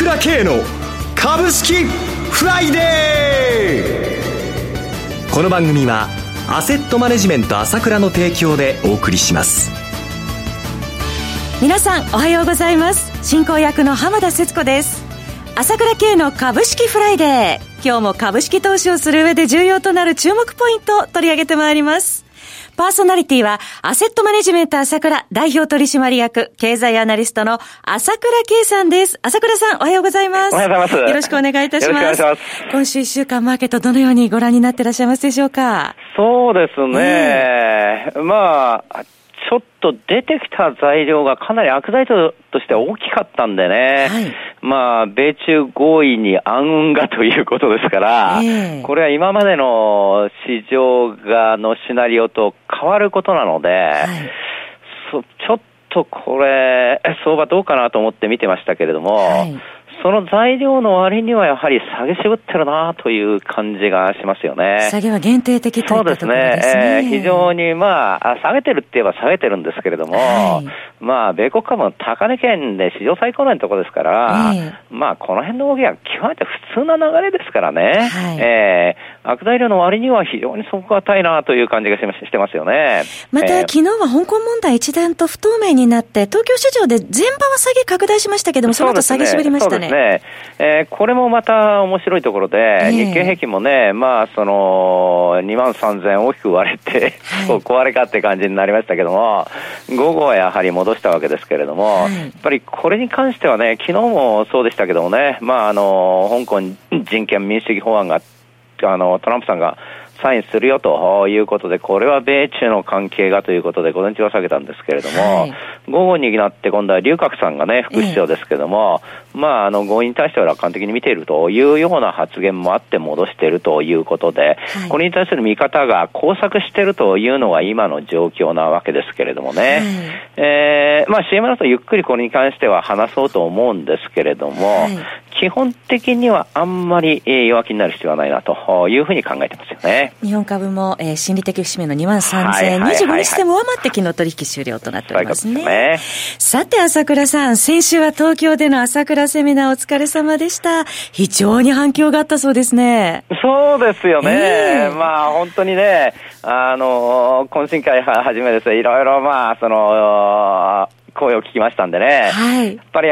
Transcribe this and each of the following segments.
倉慶の株式フライデー。この番組はアセットマネジメント朝倉の提供でお送りします。 皆さんおはようございます。進行役の浜田節子です。朝倉慶の株式フライデー。今日も株式投資をする上で重要となる注目ポイントを取り上げてまいります。パーソナリティはアセットマネジメント朝倉代表取締役経済アナリストの朝倉慶さんです。朝倉さんおはようございます。 おはようございます。 よろしくお願いいたします。 よろしくお願いします。 今週1週間マーケットどのようにご覧になっていらっしゃいますでしょうか。 そうですね、まあちょっと出てきた材料がかなり悪材料として大きかったんでね、はい、まあ米中合意に暗雲がということですから、これは今までの市場のシナリオと変わることなので、はい、ちょっとこれ相場どうかなと思って見てましたけれども、はい、その材料の割にはやはり下げ渋ってるなという感じがしますよね。 下げは限定的といったところですね。 そうですね、非常にまあ下げてるって言えば下げてるんですけれども、はい、まあ米国株の高値圏で史上最高値のところですから、まあこの辺の動きは極めて普通な流れですからね、はい、悪材料の割には非常に底堅いなという感じがしてますよね。 また昨日は香港問題一段と不透明になって東京市場で前場は下げ拡大しましたけども、その後下げ絞りましたね。 これもまた面白いところで、日経平均もね、まあその23,000大きく割れて、はい、壊れかって感じになりましたけども、午後はやはり戻したわけですけれども、はい、やっぱりこれに関してはね、昨日もそうでしたけどもね、まあ香港人権民主主義法案がトランプさんがサインするよということで、これは米中の関係がということで午前中は下げたんですけれども、はい、午後になって今度は劉鶴さんがね副市長ですけども、まあ合意に対しては楽観的に見ているというような発言もあって戻しているということで、はい、これに対する見方が交錯しているというのが今の状況なわけですけれどもね、はい、まあ CM だとゆっくりこれに関しては話そうと思うんですけれども、はい、基本的にはあんまり弱気になる必要はないなというふうに考えてますよね。 日本株も、心理的節目の23,025日でも上回って昨日取引終了となっておりますね。さて朝倉さん、先週は東京での朝倉セミナーお疲れ様でした。非常に反響があったそうですね。 そうですよね、まあ本当にね、懇親会はじめですね、いろいろまあ声を聞きましたんでね、はい、やっぱり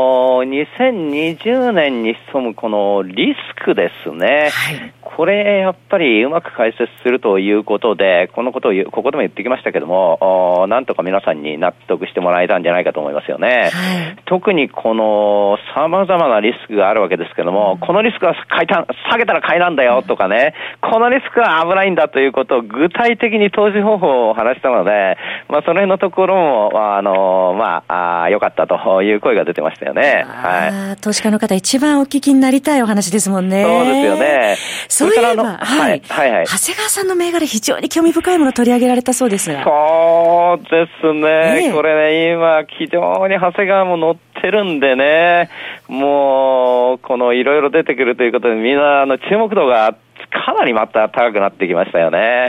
2020年に潜むこのリスクですね、はい、これやっぱりうまく解説するということで、このことをここでも言ってきましたけども、なんとか皆さんに納得してもらえたんじゃないかと思いますよね、はい、特にこの様々なリスクがあるわけですけども、このリスクは下げたら買いなんだよとかね、このリスクは危ないんだということを具体的に投資方法を話したので、まあその辺のところもまあ良かったという声が出てましたよね。はい、 投資家の方一番お聞きになりたいお話ですもんね。 そうですよね。 そういえば、はい、長谷川さんの銘柄非常に興味深いものを取り上げられたそうですが。 そうですね。これね、今非常に長谷川も乗ってるんでね、もうこのいろいろ出てくるということで、みんな注目度がかなりまた高くなってきましたよね。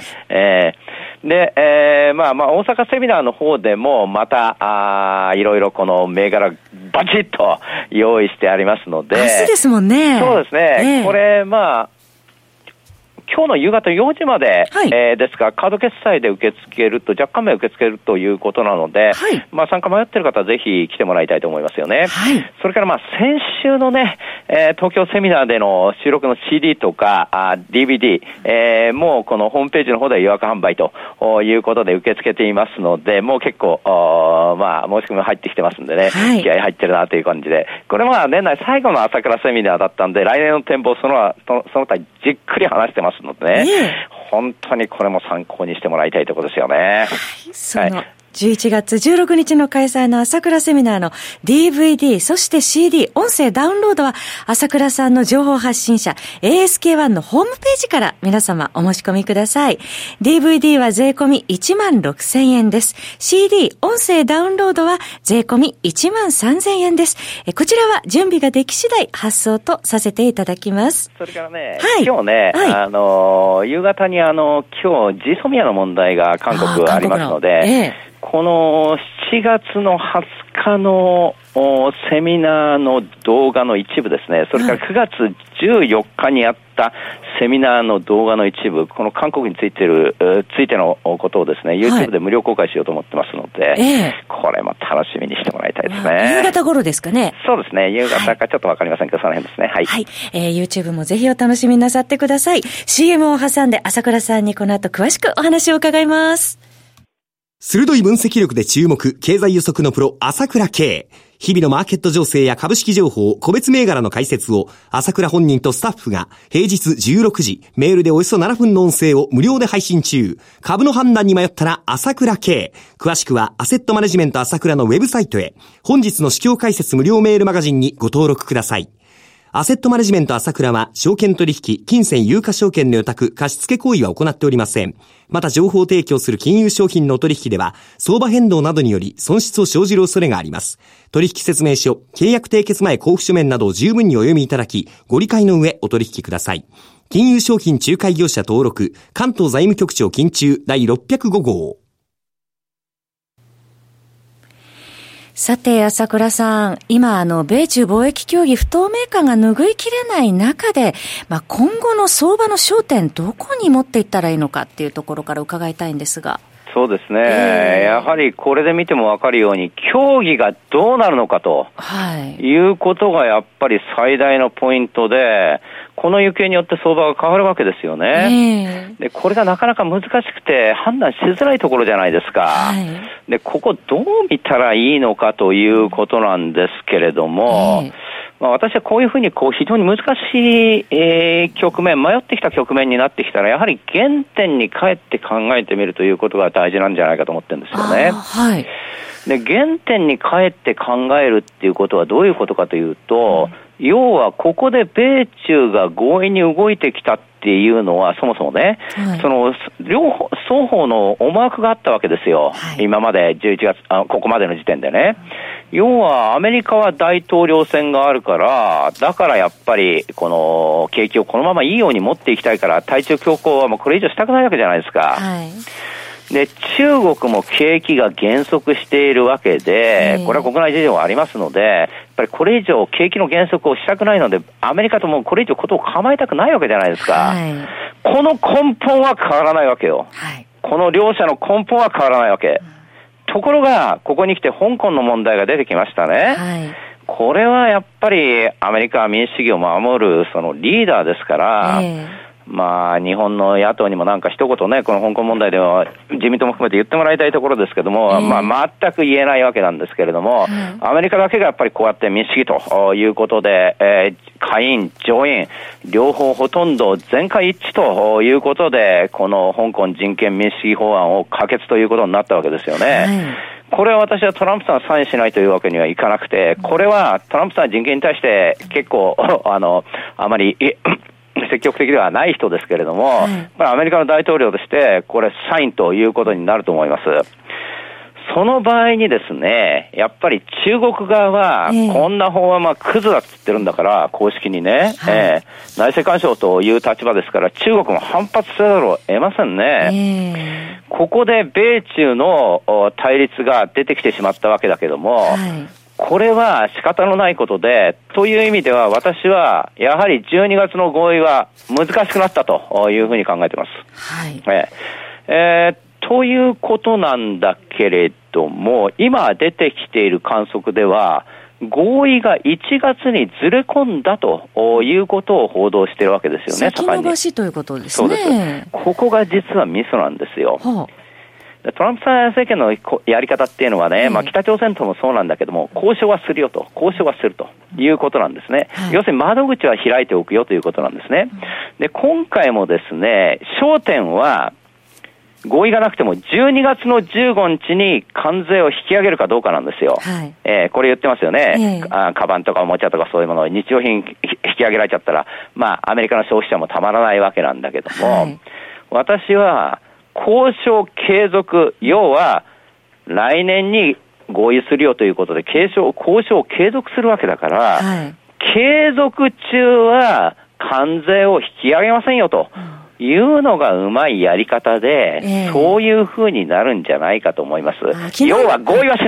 で、まあ大阪セミナーの方でもまたいろいろこの銘柄バチッと用意してありますので。 明日ですもんね。 そうですね。これまあ今日の夕方4時まで、はい、ですがカード決済で受け付けると、若干名受け付けるということなので、はい、まあ参加迷っている方はぜひ来てもらいたいと思いますよね。はい、それからまあ先週のね、東京セミナーでの収録の CD とかDVD、もうこのホームページの方で予約販売ということで受け付けていますので、もう結構まあ申し込み入ってきてますんでね、はい、気合入ってるなという感じで、これは年内最後の朝倉セミナーだったんで、来年の展望その他じっくり話してますのでね、本当にこれも参考にしてもらいたいところですよね。 はい、11月16日の開催の朝倉セミナーの DVD、そして CD、音声ダウンロードは朝倉さんの情報発信者 ASK1 のホームページから皆様お申し込みください。DVD は税込み 16,000 円です。CD、音声ダウンロードは税込み 13,000 円です。こちらは準備ができ次第発送とさせていただきます。 それからね、はい、今日ね、はい、夕方に今日ジソミアの問題が韓国ありますので、この7月の20 日のセミナーの動画の一部ですね、それから9月14日にあったセミナーの動画の一部、この韓国についてのことをですね、YouTube で無料公開しようと思ってますので、これも楽しみにしてもらいたいですね。 夕方頃ですかね。 そうですね、夕方かちょっとわかりませんけど、その辺ですね。はい。 はい。YouTube もぜひお楽しみなさってください。CM を挟んで朝倉さんにこの後詳しくお話を伺います。 鋭い分析力で注目、経済予測のプロ、朝倉慶。日々のマーケット情勢や株式情報、個別銘柄の解説を、朝倉本人とスタッフが、平日16時、メールでおよそ7分の音声を無料で配信中。株の判断に迷ったら、朝倉慶。詳しくは、アセットマネジメント朝倉のウェブサイトへ。本日の市況解説無料メールマガジンにご登録ください。アセットマネジメント朝倉は、証券取引、金銭有価証券の予託、貸付行為は行っておりません。また情報提供する金融商品の取引では、相場変動などにより損失を生じる恐れがあります。取引説明書、契約締結前交付書面などを十分にお読みいただき、ご理解の上お取引ください。金融商品仲介業者登録、関東財務局長金中第605号。 さて、朝倉さん、今、米中貿易協議不透明感が拭いきれない中で、今後の相場の焦点、どこに持っていったらいいのかっていうところから伺いたいんですが。 そうですね、やはりこれで見ても分かるように、協議がどうなるのかと、いうことがやっぱり最大のポイントで、この行方によって相場が変わるわけですよね。で、これがなかなか難しくて判断しづらいところじゃないですか。で、ここどう見たらいいのかということなんですけれども、私はこういうふうに非常に難しい、局面、迷ってきた局面になってきたら、やはり原点に帰って考えてみるということが大事なんじゃないかと思ってるんですよね。で、原点に帰って考えるっていうことはどういうことかというと、要はここで米中が合意に動いてきたっていうのはそもそもね、その双方の思惑があったわけですよ。今まで11月ここまでの時点でね。要はアメリカは大統領選があるから、だからやっぱりこの景気をこのままいいように持っていきたいから、対中強硬はもうこれ以上したくないわけじゃないですか。で、中国も景気が減速しているわけで、これは国内事情がありますので、やっぱりこれ以上景気の減速をしたくないので、アメリカともこれ以上ことを構えたくないわけじゃないですか。この根本は変わらないわけよ。この両者の根本は変わらないわけ。ところが、ここに来て香港の問題が出てきましたね。これはやっぱりアメリカは民主主義を守るそのリーダーですから、日本の野党にもなんか一言ね、この香港問題では自民党も含めて言ってもらいたいところですけども、全く言えないわけなんですけれども、アメリカだけがやっぱりこうやって民主主義ということで、下院、上院、両方ほとんど全会一致ということで、この香港人権民主主義法案を可決ということになったわけですよね。これは私はトランプさんサインしないというわけにはいかなくて、これはトランプさんは人権に対して結構、あまり、積極的ではない人ですけれども、アメリカの大統領としてこれサインということになると思います。その場合にですね、やっぱり中国側はこんな法案はクズだって言ってるんだから、公式にね、内政干渉という立場ですから、中国も反発せざるを得ませんね。ここで米中の対立が出てきてしまったわけだけども、これは仕方のないことで、という意味では私はやはり12月の合意は難しくなったというふうに考えています。ということなんだけれども、今出てきている観測では合意が1月にずれ込んだということを報道しているわけですよね。 先延ばしということですね。 そうです。ここが実はミソなんですよ。トランプさん政権のやり方っていうのはね、北朝鮮ともそうなんだけども、交渉はするよと、交渉はするということなんですね。要するに窓口は開いておくよということなんですね。で、今回もですね、焦点は合意がなくても12月の15日に関税を引き上げるかどうかなんですよ。これ言ってますよね。カバンとかおもちゃとかそういうものを日用品引き上げられちゃったら、アメリカの消費者もたまらないわけなんだけども、私は交渉継続、要は来年に合意するよということで交渉を継続するわけだから、継続中は関税を引き上げませんよというのがうまいやり方で、そういうふうになるんじゃないかと思います。要は合意はしない。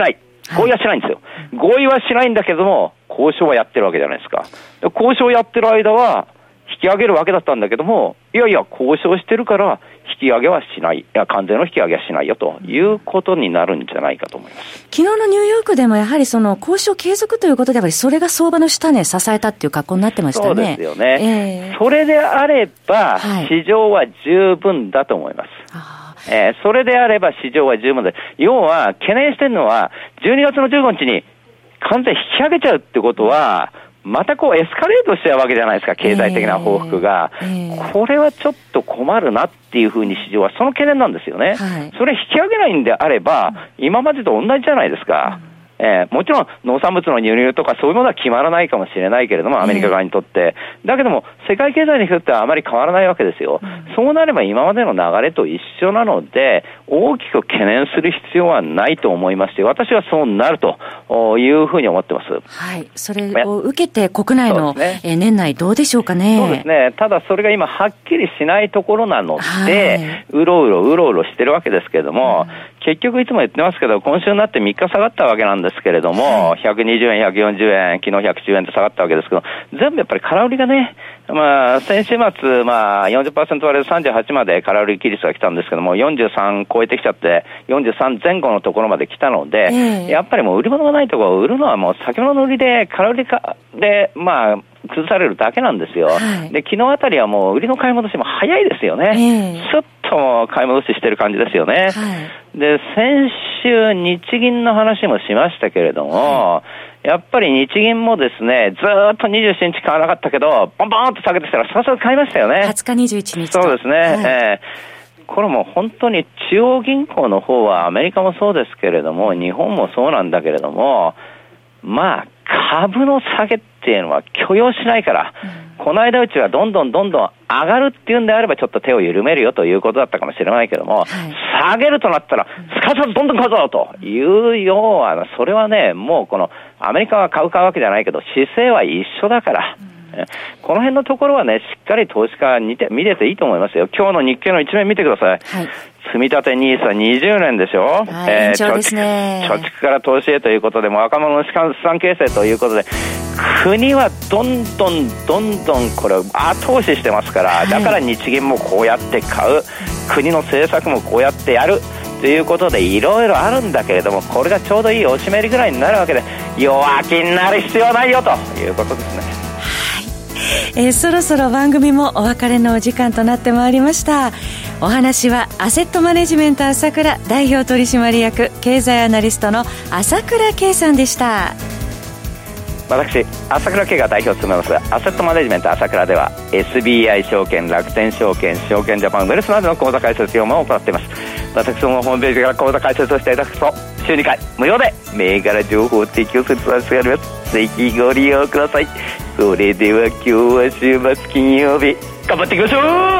合意はしないんですよ。合意はしないんだけども、交渉はやってるわけじゃないですか。交渉やってる間は、引き上げるわけだったんだけども、いやいや、交渉してるから、引き上げはしない。いや、関税の引き上げはしないよということになるんじゃないかと思います。 昨日のニューヨークでもやはりその交渉継続ということで、やっぱりそれが相場の下値支えたっていう格好になってましたね。 そうですよね。それであれば、市場は十分だと思います。それであれば市場は十分だ。要は、懸念してるのは、12月の15日に関税引き上げちゃうってことは、またこうエスカレートしちゃうわけじゃないですか、経済的な報復が。これはちょっと困るなっていうふうに市場はその懸念なんですよね。それ引き上げないんであれば、今までと同じじゃないですか。もちろん農産物の輸入とかそういうものは決まらないかもしれないけれども、アメリカ側にとって。だけども、世界経済にとってはあまり変わらないわけですよ。そうなれば今までの流れと一緒なので、大きく懸念する必要はないと思いまして、私はそうなるというふうに思ってます。 はい。それを受けて国内の、年内どうでしょうかね。 そうですね。ただそれが今はっきりしないところなので、うろうろしてるわけですけれども、結局いつも言ってますけど、今週になって3日下がったわけなんですけれども、120円、140円、昨日110円って下がったわけですけど、全部やっぱり空売りがね、先週末、40% 割れで38まで空売り比率が来たんですけども、43超えてきちゃって、43前後のところまで来たので、やっぱりもう売り物がないところを売るのはもう先物の売りで、空売りで、崩されるだけなんですよ。で、昨日あたりはもう売りの買い戻しも早いですよね。ちょっと買い戻ししてる感じですよね。で、先週日銀の話もしましたけれども、やっぱり日銀もですね、ずーっと27日買わなかったけど、ボンボンと下げてきたらさっさと買いましたよね。 20日21日と。 そうですね。これも本当に中央銀行の方はアメリカもそうですけれども、日本もそうなんだけれども、株の下げっていうのは許容しないから、この間うちはどんどん上がるっていうんであればちょっと手を緩めるよということだったかもしれないけども、下げるとなったらすかさずどんどん買うぞというような、それはね、もうこのアメリカは買うわけじゃないけど姿勢は一緒だから、この辺のところはね、しっかり投資家見てていいと思いますよ。今日の日経の一面見てください。積み立て NISA20 年でしょ。 延長ですね。 貯蓄から投資へということで、若者の資産形成ということで、国はどんどんこれを後押ししてますから、だから日銀もこうやって買う、国の政策もこうやってやるということでいろいろあるんだけれども、これがちょうどいいおしめりぐらいになるわけで、弱気になる必要はないよということですね。 そろそろ番組もお別れのお時間となってまいりました。お話はアセットマネジメント朝倉代表取締役経済アナリストの朝倉圭さんでした。 私、朝倉圭が代表を務めますアセットマネジメント朝倉では SBI 証券、楽天証券、証券ジャパン、ウェルスなどの口座開設業務を行っています。私のホームページから口座開設をしていただくと週2回無料で銘柄情報を提供するサービスがあります。ぜひご利用ください。それでは今日は週末金曜日、頑張っていきましょう。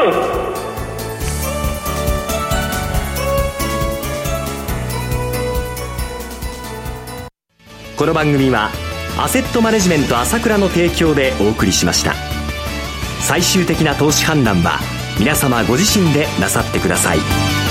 この番組はアセットマネジメント朝倉の提供でお送りしました。最終的な投資判断は皆様ご自身でなさってください。